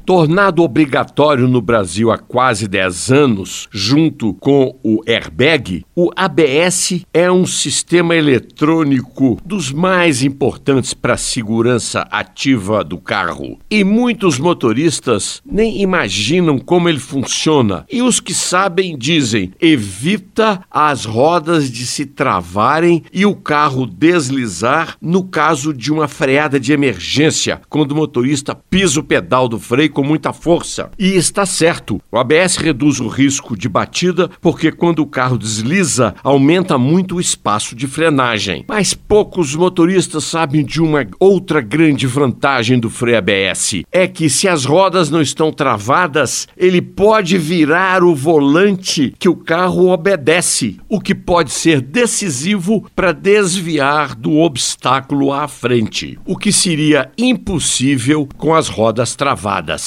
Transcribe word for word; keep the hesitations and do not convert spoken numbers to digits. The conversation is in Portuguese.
Tornado obrigatório no Brasil há quase dez anos, junto com o airbag, o A B S é um sistema eletrônico dos mais importantes para a segurança ativa do carro. E muitos motoristas nem imaginam como ele funciona. E os que sabem dizem: evita as rodas de se travarem e o carro deslizar no caso de uma freada de emergência, quando o motorista pisa o pedal do freio com muita força. E está certo, o A B S reduz o risco de batida porque quando o carro desliza, aumenta muito o espaço de frenagem. Mas poucos motoristas sabem de uma outra grande vantagem do freio A B S. É que se as rodas não estão travadas, ele pode virar o volante que o carro obedece, o que pode ser decisivo para desviar do obstáculo à frente, o que seria impossível com as rodas travadas.